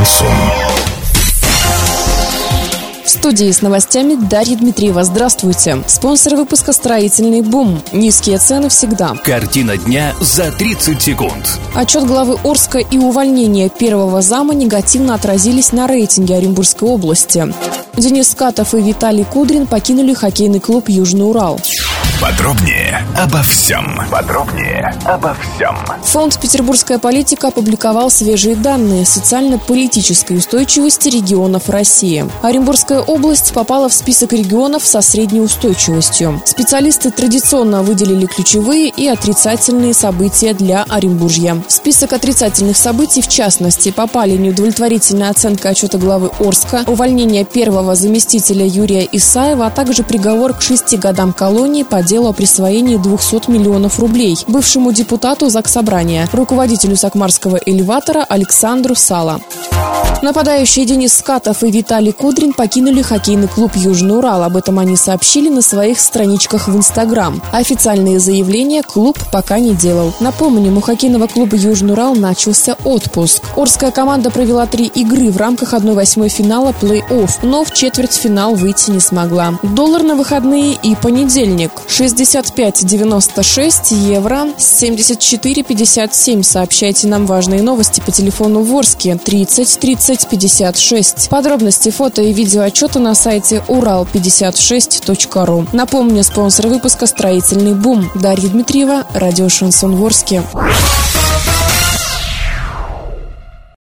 Шансон. В студии с новостями Дарья Дмитриева. Здравствуйте. Спонсор выпуска «Строительный бум». Низкие цены всегда. Картина дня за 30 секунд. Отчет главы Орска и увольнение первого зама негативно отразились на рейтинге Оренбургской области. Денис Скатов и Виталий Кудрин покинули хоккейный клуб «Южный Урал». Подробнее обо всем. Фонд «Петербургская политика» опубликовал свежие данные социально-политической устойчивости регионов России. Оренбургская область попала в список регионов со средней устойчивостью. Специалисты традиционно выделили ключевые и отрицательные события для Оренбуржья. В список отрицательных событий, в частности, попали неудовлетворительная оценка отчета главы Орска, увольнение первого заместителя Юрия Исаева, а также приговор к 6 годам колонии по делу о присвоении 200 миллионов рублей бывшему депутату Заксобрания, руководителю Сакмарского элеватора Александру Сало. Нападающие Денис Скатов и Виталий Кудрин покинули хоккейный клуб «Южный Урал». Об этом они сообщили на своих страничках в Инстаграм. Официальные заявления клуб пока не делал. Напомним, у хоккейного клуба «Южный Урал» начался отпуск. Орская команда провела 3 игры в рамках 1/8 финала плей-офф, но в четвертьфинал выйти не смогла. Доллар на выходные и понедельник. 65,96 евро, 74,57. Сообщайте нам важные новости по телефону в Орске 30 30 56. Подробности, фото и видеоотчеты на сайте ural56.ru. Напомню, спонсор выпуска «Строительный бум». Дарья Дмитриева, радио «Шансон» в Орске.